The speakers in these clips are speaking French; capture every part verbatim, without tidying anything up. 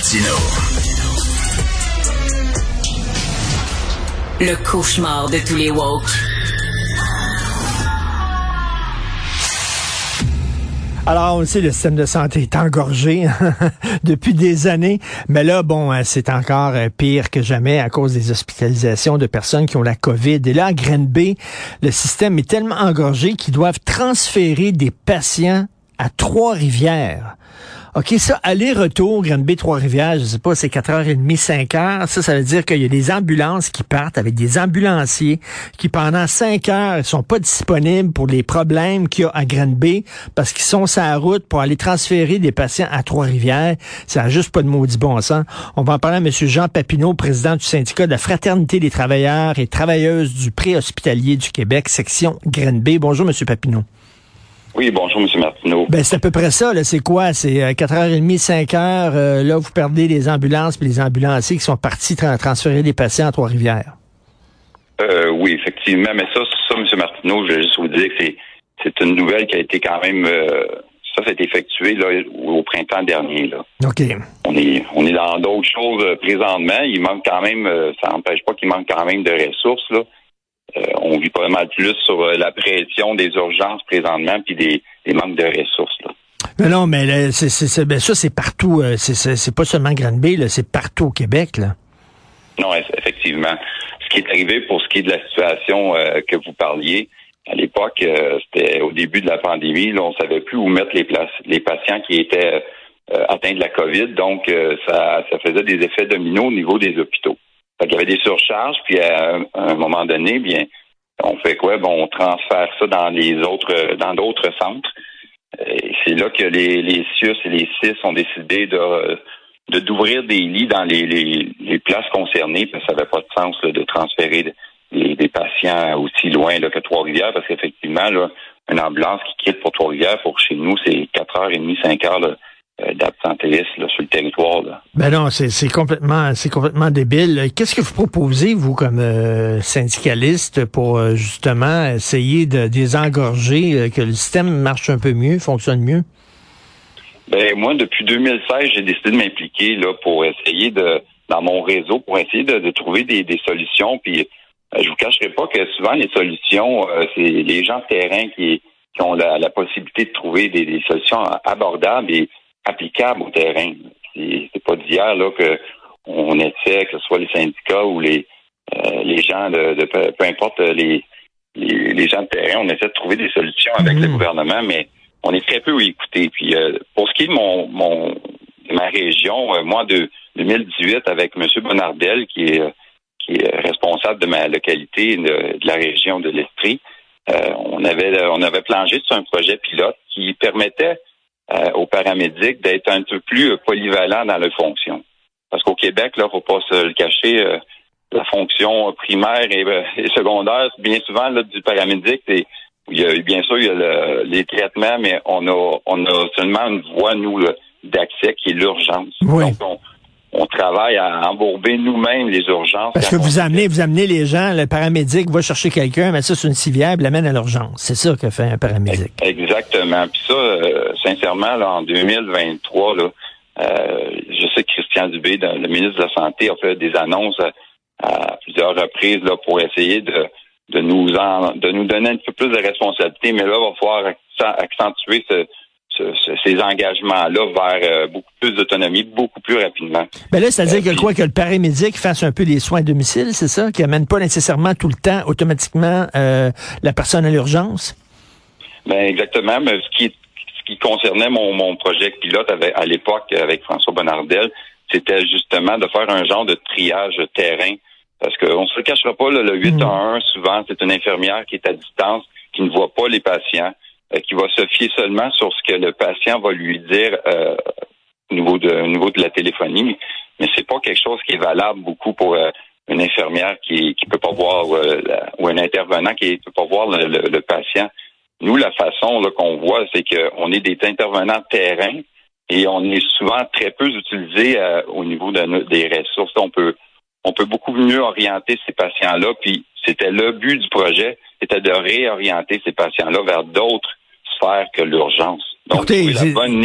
Martino. Le cauchemar de tous les woke. Alors, on le sait, le système de santé est engorgé depuis des années. Mais là, bon, c'est encore pire que jamais à cause des hospitalisations de personnes qui ont la COVID. Et là, à Granby, le système est tellement engorgé qu'ils doivent transférer des patients à Trois-Rivières. OK, ça, aller-retour, Granby, Trois-Rivières, je sais pas, c'est quatre heures trente, cinq heures. Ça, ça veut dire qu'il y a des ambulances qui partent avec des ambulanciers qui, pendant cinq heures, ne sont pas disponibles pour les problèmes qu'il y a à Granby parce qu'ils sont sur la route pour aller transférer des patients à Trois-Rivières. Ça n'a juste pas de maudit bon sens. On va en parler à M. Jean Papineau, président du syndicat de la Fraternité des travailleurs et travailleuses du préhospitalier du Québec, section Granby. Bonjour, M. Papineau. Oui, bonjour, M. Martineau. Ben, c'est à peu près ça, là. C'est quoi? C'est euh, quatre heures trente, cinq heures. Euh, là, vous perdez les ambulances puis les ambulanciers qui sont partis tra- transférer des patients à Trois-Rivières. Euh, oui, effectivement. Mais ça, ça, M. Martineau, je vais juste vous dire que c'est, c'est une nouvelle qui a été quand même... Euh, ça, ça a été effectué là, au printemps dernier. Là. OK. On est, on est dans d'autres choses euh, présentement. Il manque quand même... Euh, ça n'empêche pas qu'il manque quand même de ressources, là. Euh, on vit pas mal plus sur euh, la pression des urgences présentement puis des, des manques de ressources. Là. Mais non, mais là, c'est, c'est, c'est, ben ça, c'est partout. Euh, c'est, c'est, c'est pas seulement Granby, là, c'est partout au Québec. Là. Non, effectivement. Ce qui est arrivé pour ce qui est de la situation euh, que vous parliez, à l'époque, euh, c'était au début de la pandémie, là, on savait plus où mettre les, places, les patients qui étaient euh, atteints de la COVID. Donc, euh, ça, ça faisait des effets dominos au niveau des hôpitaux. Il y avait des surcharges, puis à un, à un moment donné, bien, on fait quoi? Bon, on transfère ça dans les autres, dans d'autres centres. Et c'est là que les, les C I U S et les C I S ont décidé de, de d'ouvrir des lits dans les, les, les places concernées, parce que ça n'avait pas de sens là, de transférer des, des patients aussi loin là, que Trois-Rivières, parce qu'effectivement, là, une ambulance qui quitte pour Trois-Rivières, pour chez nous, c'est quatre heures trente, cinq heures là, d'absentéisme là, sur le territoire. Là. Ben non, c'est, c'est complètement c'est complètement débile. Qu'est-ce que vous proposez, vous, comme euh, syndicaliste, pour euh, justement essayer de désengorger, euh, que le système marche un peu mieux, fonctionne mieux? Ben moi, depuis deux mille seize, j'ai décidé de m'impliquer là pour essayer de, dans mon réseau, pour essayer de, de trouver des, des solutions. Puis euh, je vous cacherai pas que souvent les solutions, euh, c'est les gens de terrain qui, qui ont la, la possibilité de trouver des, des solutions abordables et applicable au terrain. C'est, c'est pas d'hier là que on essaie, que ce soit les syndicats ou les euh, les gens de, de peu, peu importe les, les les gens de terrain, on essaie de trouver des solutions avec mmh. le gouvernement, mais on est très peu écoutés. Puis euh, pour ce qui est de mon mon ma région, euh, moi de deux mille dix-huit avec M. Bonnardel qui est qui est responsable de ma localité de, de la région de l'Estrie, euh, on avait on avait planché sur un projet pilote qui permettait Euh, aux paramédics d'être un peu plus euh, polyvalents dans leurs fonctions. Parce qu'au Québec, là, faut pas se le cacher, euh, la fonction primaire et, euh, et secondaire, bien souvent là, du paramédic, c'est, il y a, bien sûr, il y a le, les traitements, mais on a on a seulement une voie, nous, là, d'accès qui est l'urgence. Oui. Donc, on, on travaille à embourber nous-mêmes les urgences. Parce que vous amenez, vous amenez les gens, le paramédic va chercher quelqu'un, met ça sur une civière, puis l'amène à l'urgence. C'est ça que fait un paramédic. Exactement. Puis ça, euh, sincèrement, là, en deux mille vingt-trois, là, euh, je sais que Christian Dubé, le ministre de la Santé, a fait des annonces à, à plusieurs reprises là, pour essayer de, de nous en, de nous donner un peu plus de responsabilité. Mais là, il va falloir accentuer ce Ce, ce, ces engagements-là vers euh, beaucoup plus d'autonomie, beaucoup plus rapidement. Ben là, c'est-à-dire euh, que quoi, que le paramédic fasse un peu des soins à domicile, c'est ça? Qui amène pas nécessairement tout le temps, automatiquement, euh, la personne à l'urgence? Ben exactement. Mais ce qui, ce qui concernait mon, mon projet pilote avec, à l'époque avec François Bonnardel, c'était justement de faire un genre de triage terrain. Parce qu'on se le cachera pas, là, le huit un un, souvent, c'est une infirmière qui est à distance, qui ne voit pas les patients, qui va se fier seulement sur ce que le patient va lui dire euh, au niveau de au niveau de la téléphonie, mais c'est pas quelque chose qui est valable beaucoup pour euh, une infirmière qui qui peut pas voir euh, la, ou un intervenant qui peut pas voir le, le, le patient. Nous, la façon là, qu'on voit, c'est qu'on est des intervenants de terrain et on est souvent très peu utilisés euh, au niveau de, des ressources. On peut on peut beaucoup mieux orienter ces patients-là. Puis c'était le but du projet, c'était de réorienter ces patients-là vers d'autres sphères que l'urgence. Donc, Écoutez, trouver la bonne niche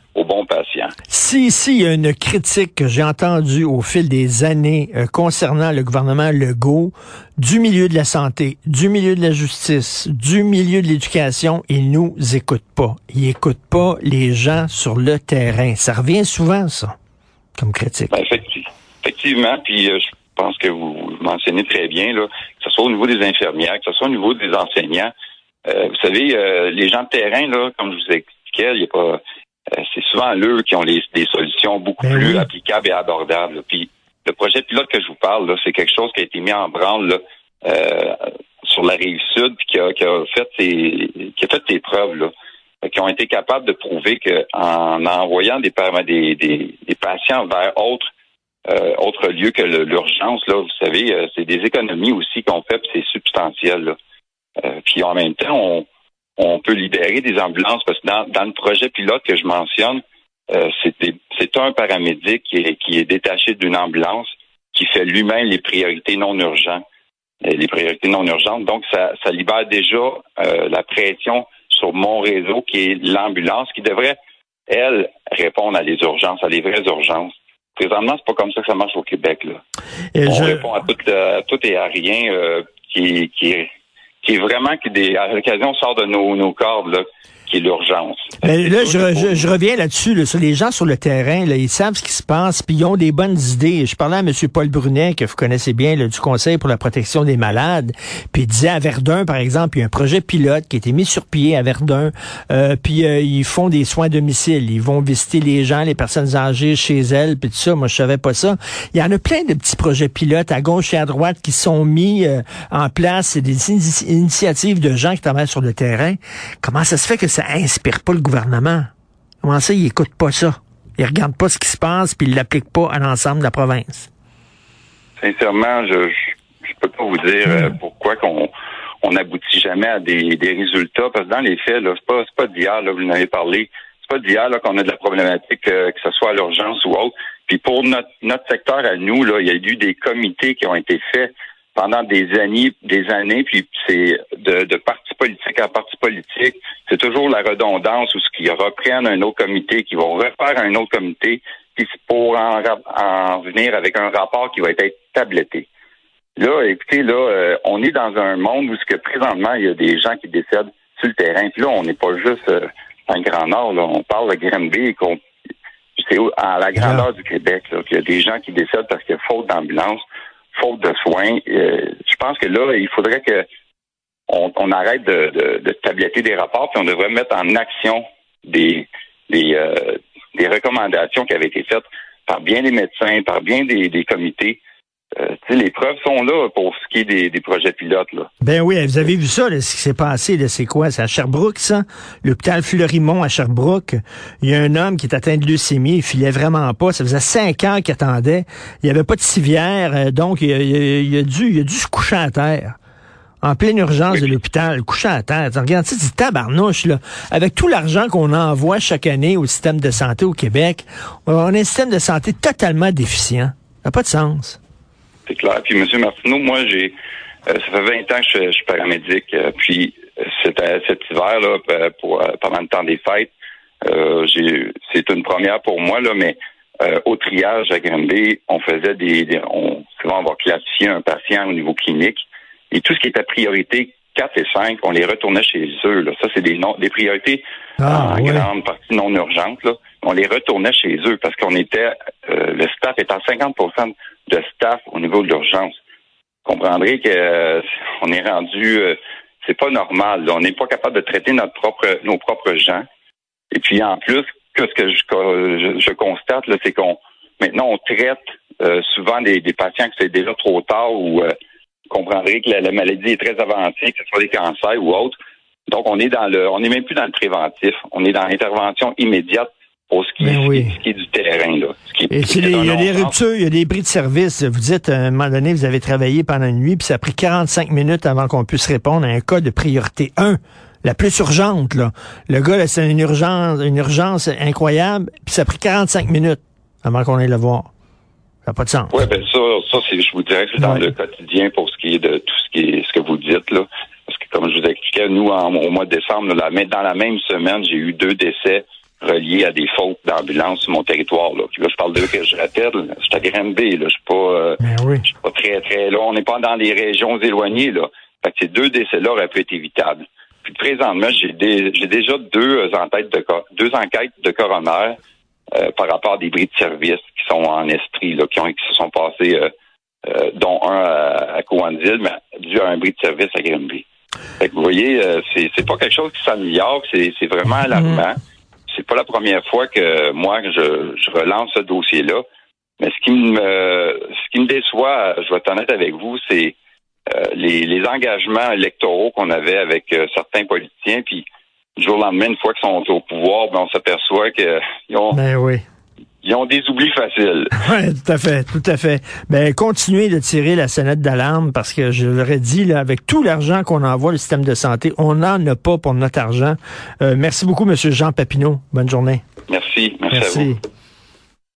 aux bons patients. Si, si, il y a une critique que j'ai entendue au fil des années euh, concernant le gouvernement Legault, du milieu de la santé, du milieu de la justice, du milieu de l'éducation, il nous écoute pas. Il écoute pas les gens sur le terrain. Ça revient souvent, ça, comme critique. Ben, effectivement, effectivement, puis euh, je pense que vous, vous mentionnez très bien, là, que ce soit au niveau des infirmières, que ce soit au niveau des enseignants. Euh, vous savez, euh, les gens de terrain, là, comme je vous expliquais, il y a pas... Euh, c'est souvent eux qui ont les, des solutions beaucoup ben plus oui. applicables et abordables. Là. Puis le projet pilote que je vous parle, là, c'est quelque chose qui a été mis en branle là, euh, sur la rive sud, puis qui a, qui a fait ses, qui a fait ses preuves, là, qui ont été capables de prouver que en envoyant des, des, des, des patients vers autres euh, autres lieux que le, l'urgence, là, vous savez, euh, c'est des économies aussi qu'on fait, puis c'est substantiel. Là. Euh, puis en même temps, on on peut libérer des ambulances parce que dans, dans le projet pilote que je mentionne, euh, c'est, des, c'est un paramédic qui est, qui est détaché d'une ambulance qui fait lui-même les priorités non urgentes. Les priorités non urgentes. Donc, ça, ça libère déjà euh, la pression sur mon réseau qui est l'ambulance qui devrait, elle, répondre à les urgences, à les vraies urgences. Présentement, c'est pas comme ça que ça marche au Québec. Là. Et on je... répond à tout, à tout et à rien euh, qui, qui est qui est vraiment qui des, à l'occasion sort de nos, nos cordes, là, qui est l'urgence. Mais là, je, je, je reviens là-dessus. Là, sur les gens sur le terrain, là, ils savent ce qui se passe, puis ils ont des bonnes idées. Je parlais à M. Paul Brunet, que vous connaissez bien, là, du Conseil pour la protection des malades, puis il disait à Verdun, par exemple, il y a un projet pilote qui a été mis sur pied à Verdun, euh, puis euh, ils font des soins à domicile. Ils vont visiter les gens, les personnes âgées chez elles, puis tout ça. Moi, je savais pas ça. Il y en a plein de petits projets pilotes à gauche et à droite qui sont mis euh, en place. C'est des in- initiatives de gens qui travaillent sur le terrain. Comment ça se fait que ça inspire pas le gouvernement? Comment ça, il écoute pas ça? Il regarde pas ce qui se passe puis il l'applique pas à l'ensemble de la province. Sincèrement, je je, je peux pas vous dire mmh. euh, pourquoi qu'on on n'aboutit jamais à des, des résultats. Parce que dans les faits, là, c'est pas c'est pas d'hier, là, vous en avez parlé, c'est pas d'hier là qu'on a de la problématique, euh, que ce soit à l'urgence ou autre. Puis pour notre notre secteur à nous, là, il y a eu des comités qui ont été faits pendant des années, des années, puis c'est de, de parti politique à parti politique, c'est toujours la redondance où ce qu'ils reprennent un autre comité, qui vont refaire un autre comité, puis c'est pour en, en venir avec un rapport qui va être tabletté. Là, écoutez, là, euh, on est dans un monde où ce que présentement, il y a des gens qui décèdent sur le terrain. Puis là, on n'est pas juste euh, dans le Grand Nord, là, on parle de Granby, qu'on, c'est à la grandeur ah. du Québec, là, qu'il y a des gens qui décèdent parce qu'il y a faute d'ambulance, faute de soins. Euh, je pense que là, il faudrait que on, on arrête de, de, de tabletter des rapports, puis on devrait mettre en action des des, euh, des recommandations qui avaient été faites par bien des médecins, par bien des, des comités. Euh, les preuves sont là pour ce qui est des, des projets pilotes. Là. Ben oui, vous avez vu ça, là, ce qui s'est passé, là, c'est quoi? C'est à Sherbrooke, ça? L'hôpital Fleurimont à Sherbrooke. Il y a un homme qui est atteint de leucémie, il filait vraiment pas. Ça faisait cinq ans qu'il attendait. Il n'y avait pas de civière, euh, donc il, il, il, a dû, il a dû se coucher à terre. En pleine urgence oui. de l'hôpital, couché à terre. Regarde, tu sais, tabarnouche, là. Avec tout l'argent qu'on envoie chaque année au système de santé au Québec, on a un système de santé totalement déficient. Ça n'a pas de sens. C'est clair. Puis, M. Martineau, moi, j'ai, euh, ça fait vingt ans que je, je suis paramédic. Euh, puis, c'était cet hiver, là, pour, euh, pendant le temps des fêtes, euh, j'ai, c'est une première pour moi, là, mais euh, au triage à Granby, on faisait des, des on, souvent, on va classifier un patient au niveau clinique. Et tout ce qui était priorité quatre et cinq, on les retournait chez eux. Là. Ça, c'est des, non, des priorités ah, en ouais. grande partie non urgentes. Là. On les retournait chez eux parce qu'on était, euh, le staff est à cinquante pour cent de staff au niveau de l'urgence. Vous comprendrez que euh, on est rendu, euh, c'est pas normal. Là. On n'est pas capable de traiter notre propre, nos propres gens. Et puis en plus, que ce que je, je, je constate, là, c'est qu'on maintenant on traite euh, souvent des, des patients que c'est déjà trop tard ou euh, vous comprendrez que la, la maladie est très avancée, que ce soit des cancers ou autres. Donc, on est dans le, on n'est même plus dans le préventif. On est dans l'intervention immédiate pour ce qui, est, oui. ce qui est du terrain, là. Ce qui est, Et c'est les, il y a des ruptures, il y a des bris de service. Vous dites, à un moment donné, vous avez travaillé pendant une nuit, puis ça a pris quarante-cinq minutes avant qu'on puisse répondre à un cas de priorité un. La plus urgente, là. Le gars, là, c'est une urgence, une urgence incroyable, puis ça a pris quarante-cinq minutes avant qu'on aille le voir. Ça n'a pas de sens. Oui, ben ça, ça c'est, je vous dirais que c'est dans ouais. le quotidien pour ce qui est de tout ce qui est ce que vous dites, là. Parce que comme je vous expliquais, nous, en, au mois de décembre, là, dans la même semaine, j'ai eu deux décès reliées à des fautes d'ambulance sur mon territoire. Là, puis là je parle de que je rappelle, je suis à Granby, là, je suis pas, euh, oui. je suis pas très très là. On n'est pas dans des régions éloignées là. Fait que ces deux décès-là auraient pu être évitables. Puis présentement, j'ai, des, j'ai déjà deux enquêtes de deux enquêtes de coroner euh, par rapport à des bris de service qui sont en Estrie, là, qui ont qui se sont passés, euh, euh, dont un à, à Cowansville, mais dû à un bris de service à Granby. Fait que vous voyez, euh, c'est c'est pas quelque chose qui s'améliore, c'est c'est vraiment alarmant. Mm-hmm. C'est pas la première fois que moi je, je relance ce dossier-là. Mais ce qui me ce qui me déçoit, je vais être honnête avec vous, c'est Euh, les, les engagements électoraux qu'on avait avec euh, certains politiciens, puis du jour au lendemain, une fois qu'ils sont au pouvoir, ben, on s'aperçoit qu'ils ont, ben oui. ils ont des oublis faciles. Oui, tout à fait, tout à fait. Ben, continuez de tirer la sonnette d'alarme parce que je l'aurais dit, là, avec tout l'argent qu'on envoie au système de santé, on n'en a pas pour notre argent. Euh, merci beaucoup, M. Jean Papineau. Bonne journée. Merci. Merci, merci. à vous.